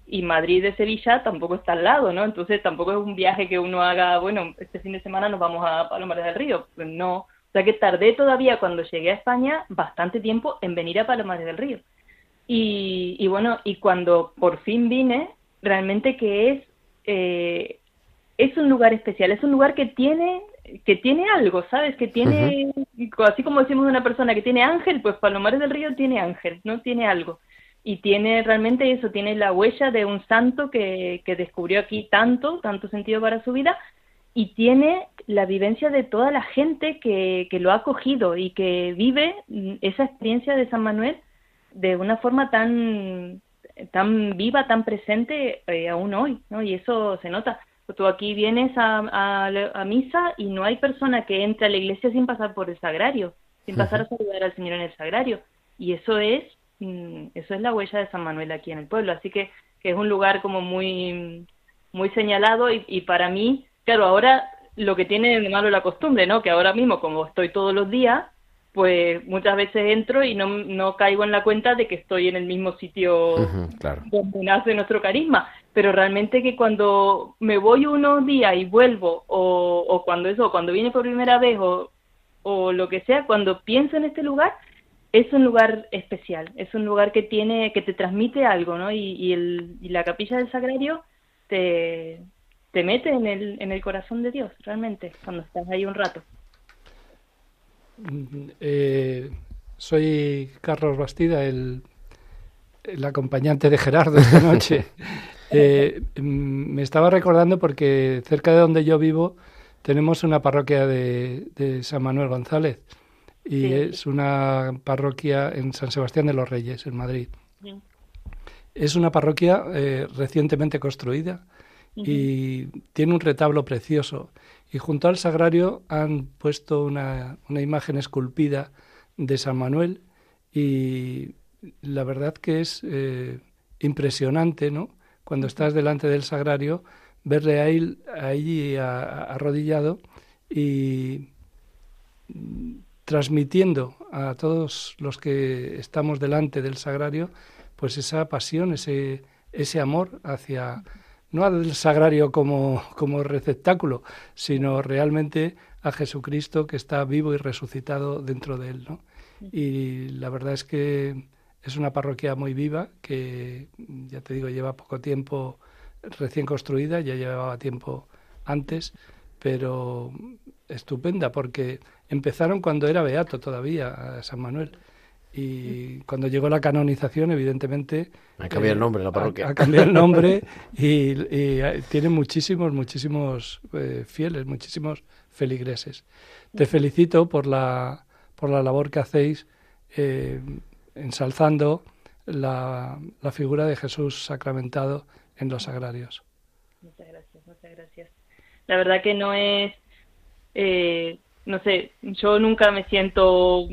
[SPEAKER 7] y Madrid de Sevilla tampoco está al lado, ¿no? Entonces tampoco es un viaje que uno haga, bueno, este fin de semana nos vamos a Palomares del Río, pues no. O sea que tardé todavía cuando llegué a España bastante tiempo en venir a Palomares del Río. Y, y bueno, y cuando por fin vine, realmente que es, eh, es un lugar especial, es un lugar que tiene, que tiene algo, ¿sabes? Que tiene, uh-huh. así como decimos de una persona que tiene ángel, pues Palomares del Río tiene ángel, ¿no? Tiene algo. Y tiene realmente eso, tiene la huella de un santo que, que descubrió aquí tanto, tanto sentido para su vida, y tiene la vivencia de toda la gente que, que lo ha acogido y que vive esa experiencia de San Manuel de una forma tan tan viva, tan presente eh, aún hoy, ¿no? Y eso se nota. Tú aquí vienes a, a, a misa y no hay persona que entre a la iglesia sin pasar por el sagrario, sin pasar a saludar al Señor en el sagrario. Y eso es mm, eso es la huella de San Manuel aquí en el pueblo. Así que, que es un lugar como muy muy señalado y, y para mí, claro, ahora lo que tiene de malo la costumbre, ¿no? Que ahora mismo, como estoy todos los días, pues muchas veces entro y no, no caigo en la cuenta de que estoy en el mismo sitio uh-huh, claro. donde nace nuestro carisma, pero realmente que cuando me voy unos días y vuelvo, o, o cuando eso, cuando viene por primera vez, o, o lo que sea, cuando pienso en este lugar, es un lugar especial, es un lugar que tiene, que te transmite algo, ¿no? Y, y, el, y la capilla del Sagrario te, te mete en el, en el corazón de Dios, realmente, cuando estás ahí un rato.
[SPEAKER 6] Eh, soy Carlos Bastida, el, el acompañante de Gerardo esta noche. eh, me estaba recordando porque cerca de donde yo vivo tenemos una parroquia de, de San Manuel González y sí. es una parroquia en San Sebastián de los Reyes, en Madrid. Sí. Es una parroquia eh, recientemente construida uh-huh. y tiene un retablo precioso. Y junto al sagrario han puesto una, una imagen esculpida de San Manuel y la verdad que es eh, impresionante, ¿no? Cuando estás delante del sagrario, verle a él ahí arrodillado y transmitiendo a todos los que estamos delante del sagrario, pues esa pasión, ese, ese amor hacia... no al sagrario como, como receptáculo, sino realmente a Jesucristo que está vivo y resucitado dentro de él, ¿no? Y la verdad es que es una parroquia muy viva, que ya te digo, lleva poco tiempo recién construida, ya llevaba tiempo antes, pero estupenda, porque empezaron cuando era beato todavía, San Manuel. Y cuando llegó la canonización, evidentemente...
[SPEAKER 2] Ha cambiado eh, el nombre la parroquia.
[SPEAKER 6] Ha, ha cambiado el nombre y, y tiene muchísimos, muchísimos eh, fieles, muchísimos feligreses. Te felicito por la, por la labor que hacéis eh, ensalzando la, la figura de Jesús sacramentado en los sagrarios.
[SPEAKER 7] Muchas gracias, muchas gracias. La verdad que no es... Eh, no sé, yo nunca me siento...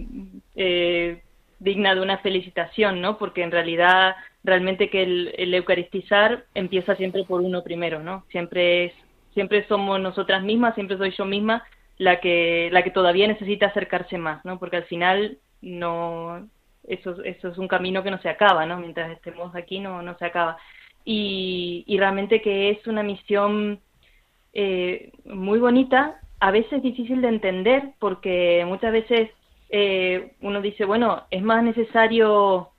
[SPEAKER 7] Eh, digna de una felicitación, ¿no? Porque en realidad, realmente que el, el eucaristizar empieza siempre por uno primero, ¿no? Siempre es, siempre somos nosotras mismas, siempre soy yo misma la que, la que todavía necesita acercarse más, ¿no? Porque al final no, eso, eso es un camino que no se acaba, ¿no? Mientras estemos aquí no, no se acaba. Y, y realmente que es una misión eh, muy bonita, a veces difícil de entender, porque muchas veces Eh, uno dice, bueno, es más necesario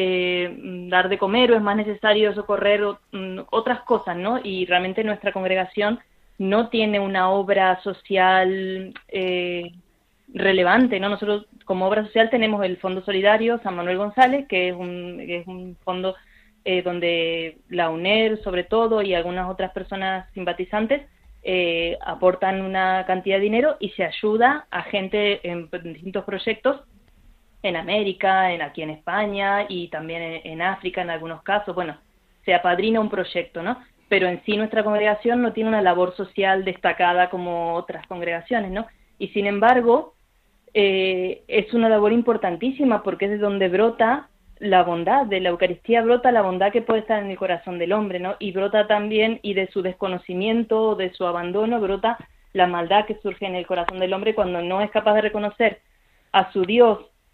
[SPEAKER 7] eh, dar de comer o es más necesario socorrer o, mm, otras cosas, ¿no? Y realmente nuestra congregación no tiene una obra social eh, relevante, ¿no? Nosotros como obra social tenemos el Fondo Solidario San Manuel González, que es un, que es un fondo eh, donde la U N E R sobre todo y algunas otras personas simpatizantes Eh, aportan una cantidad de dinero y se ayuda a gente en, en distintos proyectos en América, en aquí en España y también en, en África en algunos casos. Bueno, se apadrina un proyecto, ¿no? Pero en sí nuestra congregación no tiene una labor social destacada como otras congregaciones, ¿no? Y sin embargo, eh, es una labor importantísima porque es de donde brota la bondad, de la Eucaristía brota la bondad que puede estar en el corazón del hombre, ¿no? Y brota también, y de su desconocimiento, de su abandono, brota la maldad que surge en el corazón del hombre cuando no es capaz de reconocer a su Dios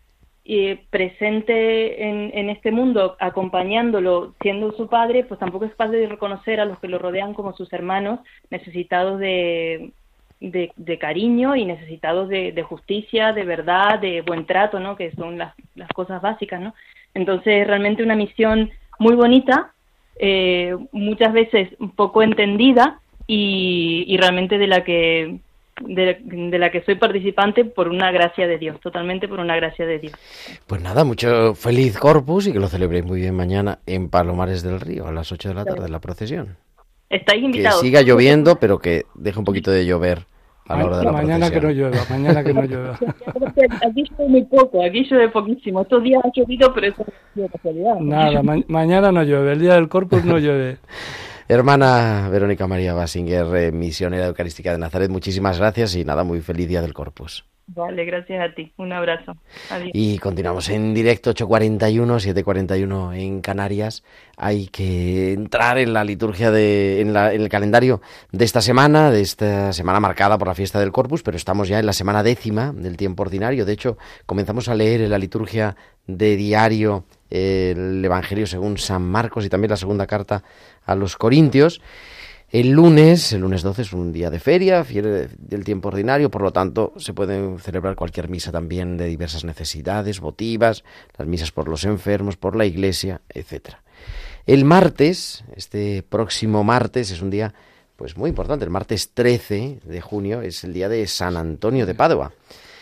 [SPEAKER 7] eh, presente en, en este mundo, acompañándolo, siendo su padre, pues tampoco es capaz de reconocer a los que lo rodean como sus hermanos, necesitados de, de, de cariño y necesitados de, de justicia, de verdad, de buen trato, ¿no? Que son las, las cosas básicas, ¿no? Entonces, realmente una misión muy bonita, eh, muchas veces poco entendida y, y realmente de la que de, de la que soy participante por una gracia de Dios, totalmente por una gracia de Dios.
[SPEAKER 2] Pues nada, mucho feliz Corpus y que lo celebréis muy bien mañana en Palomares del Río a las ocho de la tarde, la procesión.
[SPEAKER 7] Estáis invitados.
[SPEAKER 2] Que siga lloviendo, pero que deje un poquito de llover a la hora de la
[SPEAKER 6] mañana
[SPEAKER 2] procesión.
[SPEAKER 6] Que no llueva, mañana que no llueva.
[SPEAKER 7] Aquí llueve muy poco, aquí llueve poquísimo. Estos días ha llovido, pero eso no es casualidad.
[SPEAKER 6] Nada, ma- mañana no llueve, el día del Corpus no llueve.
[SPEAKER 2] Hermana Verónica María Basinger, eh, misionera eucarística de Nazaret, muchísimas gracias y nada, muy feliz día del Corpus.
[SPEAKER 7] Vale, gracias a ti. Un abrazo. Adiós.
[SPEAKER 2] Y continuamos en directo, ocho cuarenta y uno, siete cuarenta y uno en Canarias. Hay que entrar en la liturgia, de, en, la, en el calendario de esta semana, de esta semana marcada por la fiesta del Corpus, pero estamos ya en la semana décima del tiempo ordinario. De hecho, comenzamos a leer en la liturgia de diario el Evangelio según San Marcos y también la segunda carta a los Corintios. El lunes, el lunes doce es un día de feria, fiel del tiempo ordinario, por lo tanto se pueden celebrar cualquier misa también de diversas necesidades, votivas, las misas por los enfermos, por la iglesia, etcétera. El martes, este próximo martes, es un día pues muy importante, el martes trece de junio es el día de San Antonio de Padua.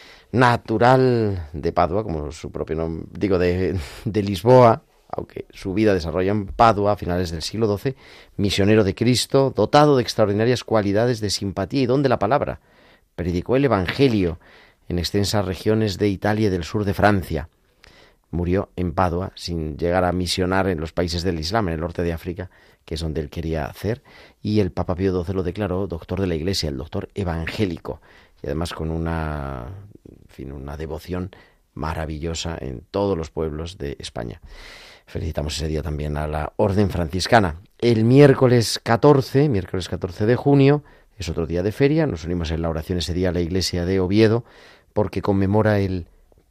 [SPEAKER 2] Natural de Padua, como su propio nombre, digo, de, de Lisboa, aunque su vida desarrolla en Padua a finales del siglo doce, misionero de Cristo, dotado de extraordinarias cualidades de simpatía y don de la palabra. Predicó el Evangelio en extensas regiones de Italia y del sur de Francia. Murió en Padua sin llegar a misionar en los países del Islam, en el norte de África, que es donde él quería hacer, y el Papa Pío doce lo declaró doctor de la Iglesia, el doctor evangélico, y además con una, en fin, una devoción maravillosa en todos los pueblos de España. Felicitamos ese día también a la Orden Franciscana. El miércoles catorce, miércoles catorce de junio, es otro día de feria. Nos unimos en la oración ese día a la iglesia de Oviedo, porque conmemora el,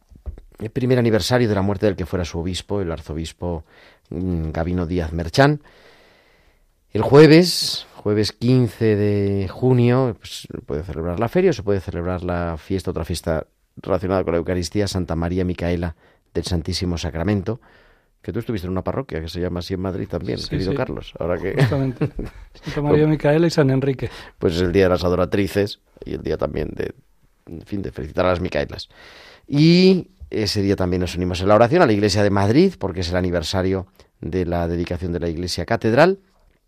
[SPEAKER 2] el primer aniversario de la muerte del que fuera su obispo, el arzobispo mmm, Gabino Díaz Merchán. El jueves, jueves quince de junio, pues, se puede celebrar la feria o se puede celebrar la fiesta, otra fiesta relacionada con la Eucaristía, Santa María Micaela del Santísimo Sacramento, que tú estuviste en una parroquia que se llama así en Madrid también, sí, querido sí. Carlos. Ahora que
[SPEAKER 6] justamente, Santa María Micaela y San Enrique.
[SPEAKER 2] Pues es el día de las adoratrices y el día también de, en fin, de felicitar a las Micaelas. Y ese día también nos unimos en la oración a la Iglesia de Madrid, porque es el aniversario de la dedicación de la Iglesia Catedral.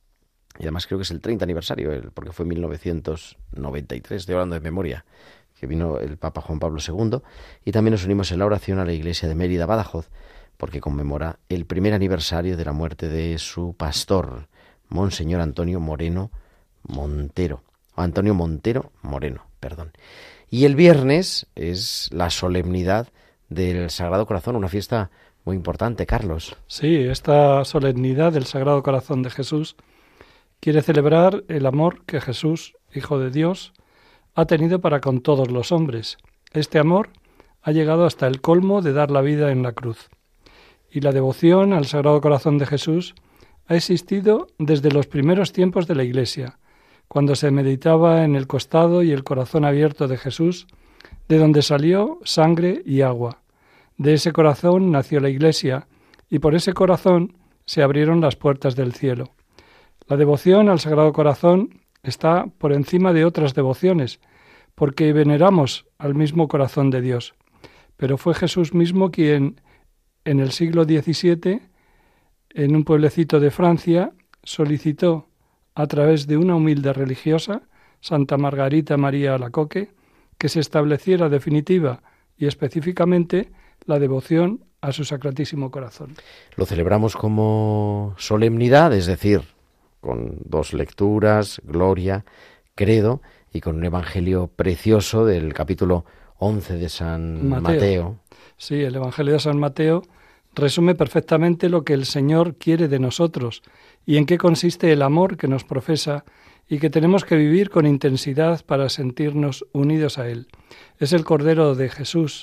[SPEAKER 2] Y además creo que es el treinta aniversario, porque fue en mil novecientos noventa y tres, estoy hablando de memoria, que vino el Papa Juan Pablo segundo. Y también nos unimos en la oración a la Iglesia de Mérida, Badajoz, porque conmemora el primer aniversario de la muerte de su pastor, Monseñor Antonio Moreno Montero. O Antonio Montero Moreno, perdón. Y el viernes es la solemnidad del Sagrado Corazón, una fiesta muy importante, Carlos.
[SPEAKER 6] Sí, esta solemnidad del Sagrado Corazón de Jesús quiere celebrar el amor que Jesús, Hijo de Dios, ha tenido para con todos los hombres. Este amor ha llegado hasta el colmo de dar la vida en la cruz. Y la devoción al Sagrado Corazón de Jesús ha existido desde los primeros tiempos de la Iglesia, cuando se meditaba en el costado y el corazón abierto de Jesús, de donde salió sangre y agua. De ese corazón nació la Iglesia, y por ese corazón se abrieron las puertas del cielo. La devoción al Sagrado Corazón está por encima de otras devociones, porque veneramos al mismo corazón de Dios. Pero fue Jesús mismo quien, en el siglo diecisiete, en un pueblecito de Francia, solicitó a través de una humilde religiosa, Santa Margarita María Alacoque, que se estableciera definitiva y específicamente la devoción a su Sacratísimo Corazón.
[SPEAKER 2] Lo celebramos como solemnidad, es decir, con dos lecturas, Gloria, Credo, y con un evangelio precioso del capítulo once de San Mateo. Mateo.
[SPEAKER 6] Sí, el Evangelio de San Mateo resume perfectamente lo que el Señor quiere de nosotros y en qué consiste el amor que nos profesa y que tenemos que vivir con intensidad para sentirnos unidos a Él. Es el Cordero de Jesús,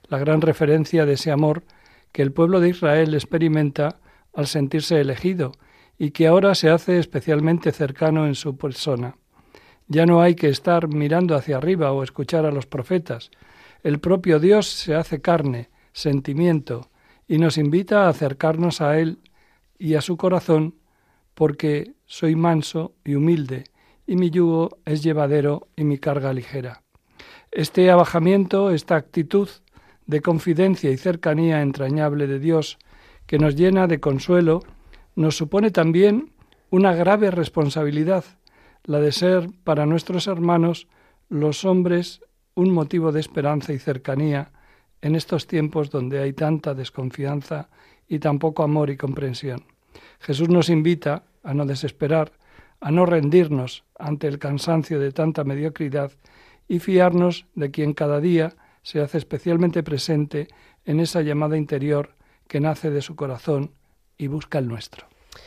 [SPEAKER 6] la gran referencia de ese amor que el pueblo de Israel experimenta al sentirse elegido y que ahora se hace especialmente cercano en su persona. Ya no hay que estar mirando hacia arriba o escuchar a los profetas. El propio Dios se hace carne, sentimiento, y nos invita a acercarnos a Él y a su corazón, porque soy manso y humilde, y mi yugo es llevadero y mi carga ligera. Este abajamiento, esta actitud de confidencia y cercanía entrañable de Dios, que nos llena de consuelo, nos supone también una grave responsabilidad, la de ser para nuestros hermanos, los hombres, un motivo de esperanza y cercanía en estos tiempos donde hay tanta desconfianza y tan poco amor y comprensión. Jesús nos invita a no desesperar, a no rendirnos ante el cansancio de tanta mediocridad y fiarnos de quien cada día se hace especialmente presente en esa llamada interior que nace de su corazón y busca el nuestro.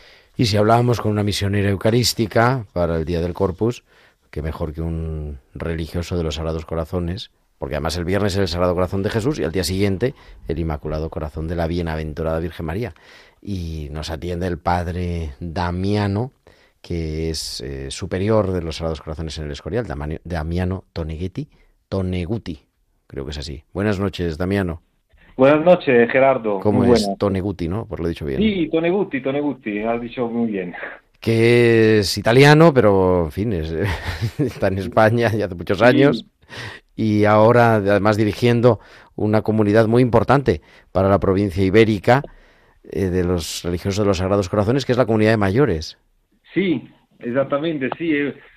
[SPEAKER 2] Y si hablábamos con una misionera eucarística para el Día del Corpus, que mejor que un religioso de los Sagrados Corazones, porque además el viernes es el Sagrado Corazón de Jesús y al día siguiente el Inmaculado Corazón de la Bienaventurada Virgen María. Y nos atiende el padre Damiano, que es eh, superior de los Sagrados Corazones en el Escorial, Damiano Toneguti, Toneguti, creo que es así. Buenas noches, Damiano.
[SPEAKER 8] Buenas noches, Gerardo.
[SPEAKER 2] ¿Cómo
[SPEAKER 8] muy
[SPEAKER 2] es?
[SPEAKER 8] Buenas.
[SPEAKER 2] Toneguti, ¿no? Por lo he dicho bien.
[SPEAKER 8] Sí, Toneguti, Toneguti, has dicho muy bien.
[SPEAKER 2] Que es italiano, pero en fin, es, está en España ya hace muchos años. Sí. Y ahora además dirigiendo una comunidad muy importante para la provincia ibérica eh, de los religiosos de los Sagrados Corazones, que es la comunidad de mayores.
[SPEAKER 8] Sí, exactamente, sí,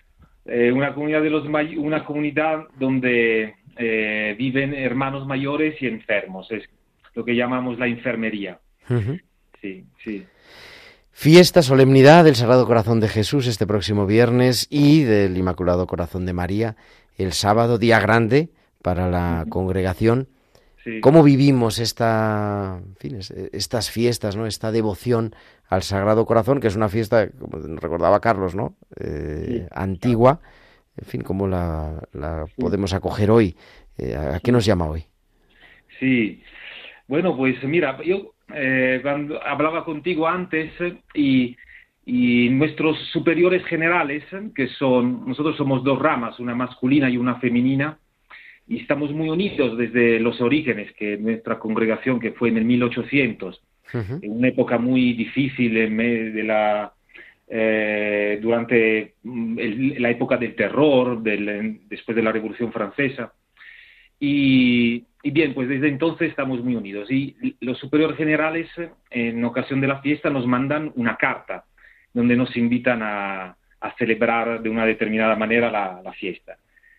[SPEAKER 8] eh, una comunidad de los may- una comunidad donde eh, viven hermanos mayores y enfermos, es lo que llamamos la enfermería. Uh-huh. Sí, sí.
[SPEAKER 2] Fiesta, solemnidad del Sagrado Corazón de Jesús este próximo viernes y del Inmaculado Corazón de María el sábado, día grande para la congregación. Sí. ¿Cómo vivimos esta, en fin, estas fiestas, ¿no? Esta devoción al Sagrado Corazón, que es una fiesta, como recordaba Carlos, ¿no? Eh, sí, antigua. En fin, ¿cómo la, la sí. podemos acoger hoy? Eh, ¿A qué nos llama hoy?
[SPEAKER 8] Sí, bueno, pues mira, yo eh, cuando hablaba contigo antes y... y nuestros superiores generales, que son, nosotros somos dos ramas, una masculina y una femenina, y estamos muy unidos desde los orígenes, que nuestra congregación, que fue en el mil ochocientos, uh-huh. en una época muy difícil, en medio de la, eh, durante el, la época del terror, del, después de la Revolución Francesa, y, y bien, pues desde entonces estamos muy unidos, y los superiores generales, en ocasión de la fiesta, nos mandan una carta, donde nos invitan a, a celebrar de una determinada manera la, la fiesta.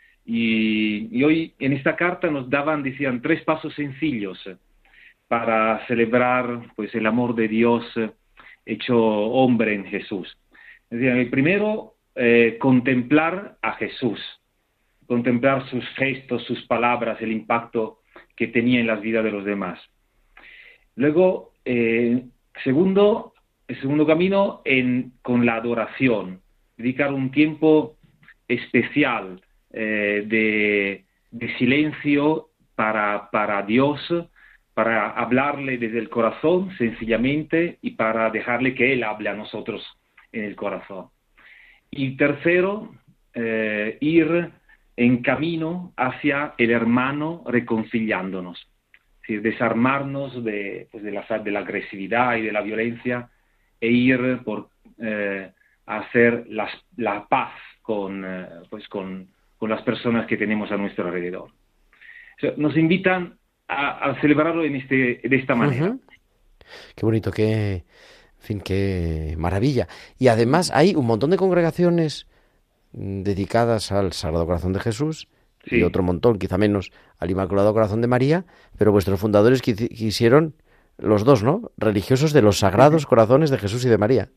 [SPEAKER 8] Y, y hoy en esta carta nos daban, decían, tres pasos sencillos para celebrar pues el amor de Dios hecho hombre en Jesús. Decían, el primero, eh, contemplar a Jesús, contemplar sus gestos, sus palabras, el impacto que tenía en las vidas de los demás. Luego, eh, segundo, el segundo camino en, con la adoración, dedicar un tiempo especial eh, de, de silencio para, para Dios, para hablarle desde el corazón sencillamente y para dejarle que Él hable a nosotros en el corazón. Y tercero, eh, ir en camino hacia el hermano reconciliándonos, es decir, desarmarnos de, pues de, la, de la agresividad y de la violencia e ir por eh, hacer las, la paz con, eh, pues con, con las personas que tenemos a nuestro alrededor. O sea, nos invitan a, a celebrarlo en este, de esta manera.
[SPEAKER 2] Uh-huh. Qué bonito, qué, en fin, qué maravilla. Y además hay un montón de congregaciones dedicadas al Sagrado Corazón de Jesús, sí. y otro montón, quizá menos, al Inmaculado Corazón de María, pero vuestros fundadores quis- quisieron los dos, ¿no? Religiosos de los Sagrados Corazones de Jesús y de María.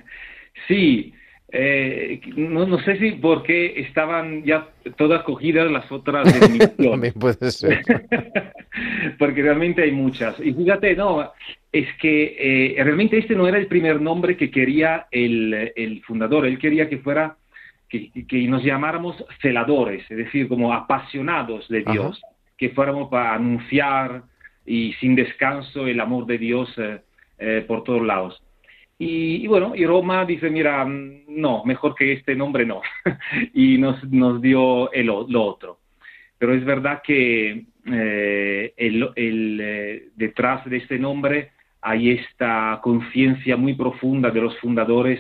[SPEAKER 8] Sí, eh, no, no sé si porque estaban ya todas cogidas las otras denominaciones.
[SPEAKER 2] También puede ser.
[SPEAKER 8] Porque realmente hay muchas. Y fíjate, no, es que eh, realmente este no era el primer nombre que quería el, el fundador. Él quería que fuera, que, que nos llamáramos celadores, es decir, como apasionados de Dios. Ajá. que fuéramos para anunciar y sin descanso el amor de Dios eh, eh, por todos lados. Y, y bueno, y Roma dice, mira, no, mejor que este nombre no, y nos, nos dio el, lo otro. Pero es verdad que eh, el, el, eh, detrás de este nombre hay esta conciencia muy profunda de los fundadores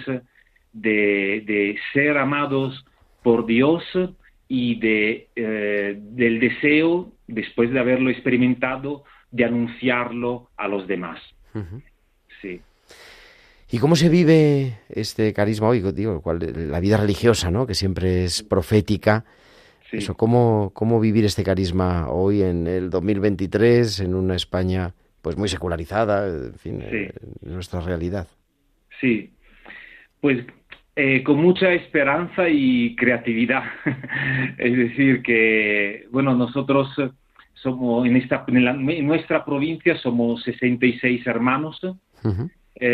[SPEAKER 8] de, de ser amados por Dios y de, eh, del deseo, después de haberlo experimentado, de anunciarlo a los demás. Uh-huh. Sí.
[SPEAKER 2] ¿Y cómo se vive este carisma hoy? Digo, la vida religiosa, ¿no? Que siempre es profética. Sí. Eso, ¿cómo, ¿cómo vivir este carisma hoy en el dos mil veintitrés, en una España pues muy secularizada, en fin, sí. en nuestra realidad?
[SPEAKER 8] Sí, pues eh, con mucha esperanza y creatividad. Es decir, que, bueno, nosotros somos, en, esta, en, la, en nuestra provincia somos sesenta y seis hermanos, uh-huh.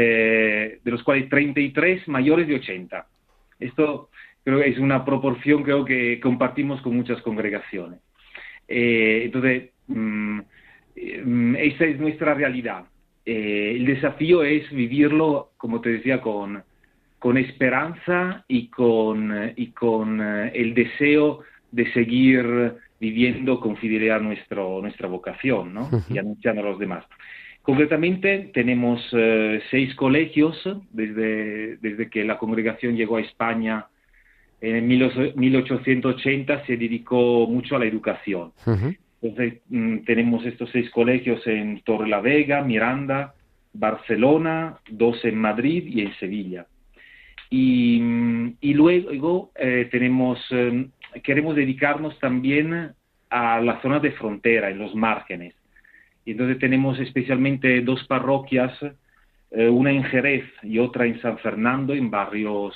[SPEAKER 8] eh, de los cuales treinta y tres mayores de ochenta. Esto creo que es una proporción creo que compartimos con muchas congregaciones. Eh, entonces, mmm, esa es nuestra realidad. Eh, el desafío es vivirlo, como te decía, con, con esperanza y con, y con uh, el deseo de seguir viviendo con fidelidad nuestro, nuestra vocación, ¿no? Uh-huh. Y anunciando a los demás. Concretamente, tenemos uh, seis colegios desde, desde que la congregación llegó a España en mil ochocientos ochenta, se dedicó mucho a la educación. Uh-huh. Entonces, mmm, tenemos estos seis colegios en Torrelavega, Miranda, Barcelona, dos en Madrid y en Sevilla. Y, y luego eh, tenemos, eh, queremos dedicarnos también a la zona de frontera, en los márgenes. Y entonces tenemos especialmente dos parroquias, eh, una en Jerez y otra en San Fernando, en barrios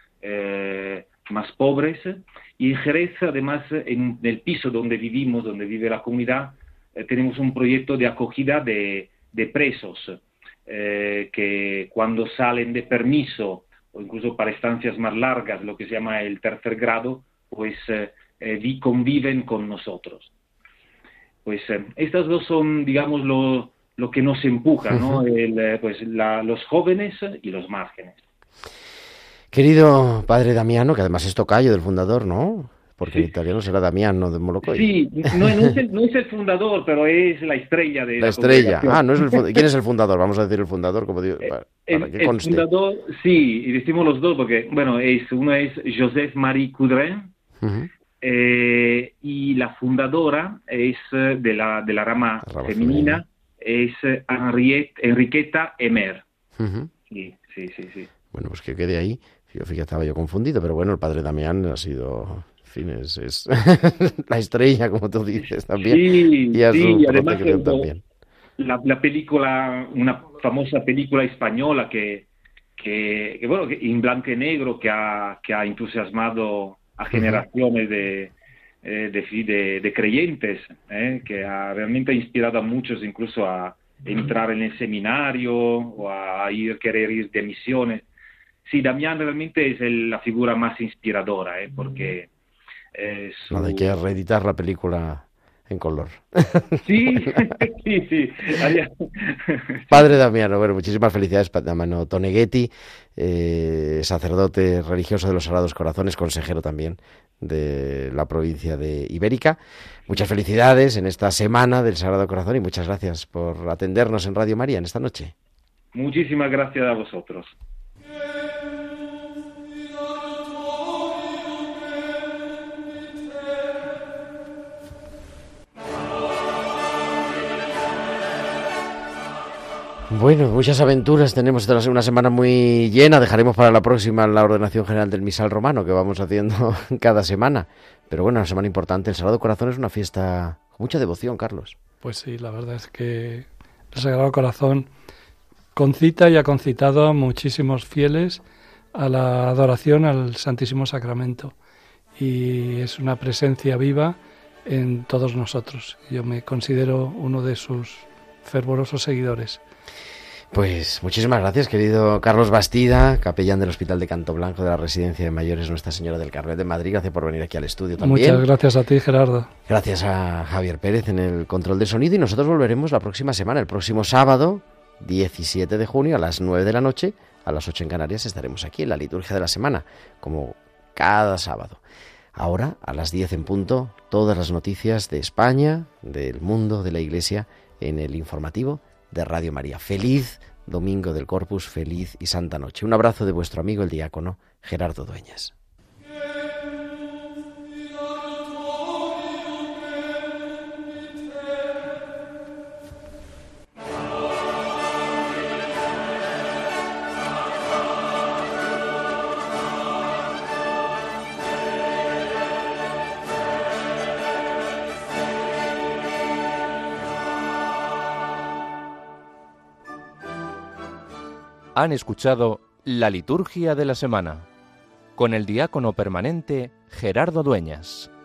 [SPEAKER 8] eh, más pobres. Y en Jerez, además, en el piso donde vivimos, donde vive la comunidad, eh, tenemos un proyecto de acogida de, de presos eh, que cuando salen de permiso o incluso para estancias más largas, lo que se llama el tercer grado, pues eh, eh, conviven con nosotros. Pues eh, estas dos son, digamos, lo, lo que nos empuja, ¿no? El, eh, pues la, los jóvenes y los márgenes.
[SPEAKER 2] Querido padre Damiano, que además es tocayo del fundador, ¿no? Porque sí. En italiano será Damiano de Molocoy.
[SPEAKER 8] Sí, no, no, es el, no es el fundador, pero es la estrella de la,
[SPEAKER 2] la estrella. Ah, no es el fund... ¿Quién es el fundador? Vamos a decir el fundador, como digo, para,
[SPEAKER 8] el,
[SPEAKER 2] para que conste.
[SPEAKER 8] El fundador, sí, y decimos los dos porque, bueno, es uno es Joseph Marie Coudrin, uh-huh. eh, y la fundadora es de la, de la rama, la rama femenina, femenina, es Henriette, Enriqueta Emer. Uh-huh. Sí, sí, sí, sí.
[SPEAKER 2] Bueno, pues que quede ahí. Yo fíjate, estaba yo confundido, pero bueno, el padre Damián ha sido, en fin, es, es la estrella, como tú dices, también.
[SPEAKER 8] Sí,
[SPEAKER 2] y a
[SPEAKER 8] sí,
[SPEAKER 2] su
[SPEAKER 8] y además que,
[SPEAKER 2] también.
[SPEAKER 8] La, la película, una famosa película española que, que, que bueno, que en blanco y negro, que ha, que ha entusiasmado a generaciones de, de, de, de creyentes, ¿eh? Que ha realmente inspirado a muchos incluso a entrar en el seminario o a ir, querer ir de misiones. Sí, Damián realmente es el, la figura más inspiradora, ¿eh? Porque... Eh, su...
[SPEAKER 2] No, hay que reeditar la película en color.
[SPEAKER 8] Sí, sí, sí.
[SPEAKER 2] Padre Damiano, bueno, muchísimas felicidades, Damiano Toneghetti, eh, sacerdote religioso de los Sagrados Corazones, consejero también de la provincia de Ibérica. Muchas felicidades en esta semana del Sagrado Corazón y muchas gracias por atendernos en Radio María en esta noche.
[SPEAKER 8] Muchísimas gracias a vosotros.
[SPEAKER 2] Bueno, muchas aventuras tenemos, esta una semana muy llena, dejaremos para la próxima la ordenación general del misal romano que vamos haciendo cada semana, pero bueno, una semana importante. El Sagrado Corazón es una fiesta con mucha devoción, Carlos.
[SPEAKER 6] Pues sí, la verdad es que el Sagrado Corazón concita y ha concitado a muchísimos fieles a la adoración al Santísimo Sacramento y es una presencia viva en todos nosotros. Yo me considero uno de sus fervorosos seguidores.
[SPEAKER 2] Pues muchísimas gracias, querido Carlos Bastida, capellán del Hospital de Canto Blanco de la Residencia de Mayores Nuestra Señora del Carmen de Madrid. Gracias por venir aquí al estudio también.
[SPEAKER 6] Muchas gracias a ti, Gerardo.
[SPEAKER 2] Gracias a Javier Pérez en el control de sonido, y nosotros volveremos la próxima semana, el próximo sábado, diecisiete de junio, a las nueve de la noche, a las ocho en Canarias, estaremos aquí en la liturgia de la semana, como cada sábado. Ahora, a las diez en punto, todas las noticias de España, del mundo, de la Iglesia, en el informativo de Radio María. Feliz Domingo del Corpus, feliz y santa noche. Un abrazo de vuestro amigo el diácono Gerardo Dueñas.
[SPEAKER 1] Han escuchado la liturgia de la semana con el diácono permanente Gerardo Dueñas.